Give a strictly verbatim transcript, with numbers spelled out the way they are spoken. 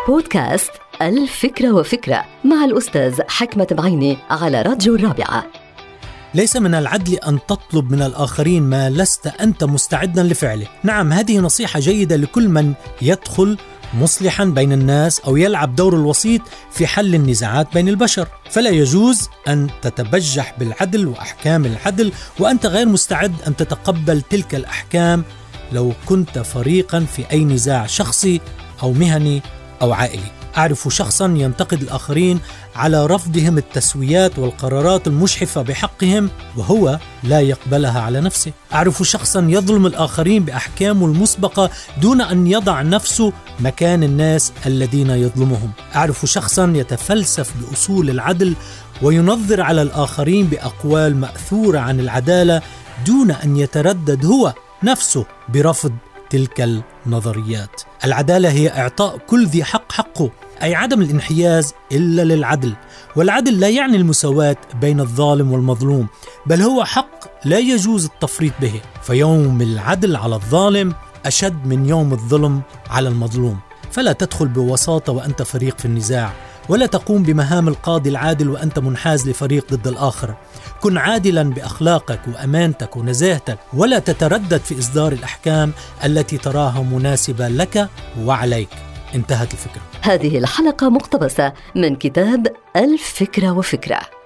بودكاست الفكرة وفكرة مع الأستاذ حكمة بعيني على راديو الرابعة. ليس من العدل أن تطلب من الآخرين ما لست أنت مستعدا لفعله. نعم، هذه نصيحة جيدة لكل من يدخل مصلحا بين الناس أو يلعب دور الوسيط في حل النزاعات بين البشر. فلا يجوز أن تتبجح بالعدل وأحكام العدل وأنت غير مستعد أن تتقبل تلك الأحكام لو كنت فريقا في أي نزاع شخصي أو مهني أو عائلي. أعرف شخصا ينتقد الآخرين على رفضهم التسويات والقرارات المشحفة بحقهم وهو لا يقبلها على نفسه. أعرف شخصا يظلم الآخرين بأحكامه المسبقة دون أن يضع نفسه مكان الناس الذين يظلمهم. أعرف شخصا يتفلسف بأصول العدل وينظر على الآخرين بأقوال مأثورة عن العدالة دون أن يتردد هو نفسه برفض تلك النظريات. العدالة هي إعطاء كل ذي حق حقه، أي عدم الانحياز إلا للعدل. والعدل لا يعني المساواة بين الظالم والمظلوم، بل هو حق لا يجوز التفريط به. فيوم العدل على الظالم أشد من يوم الظلم على المظلوم. فلا تدخل بوساطة وأنت فريق في النزاع، ولا تقوم بمهام القاضي العادل وأنت منحاز لفريق ضد الآخر. كن عادلا بأخلاقك وأمانتك ونزاهتك، ولا تتردد في إصدار الأحكام التي تراها مناسبة لك وعليك. انتهت الفكرة. هذه الحلقة مقتبسة من كتاب الفكرة وفكرة.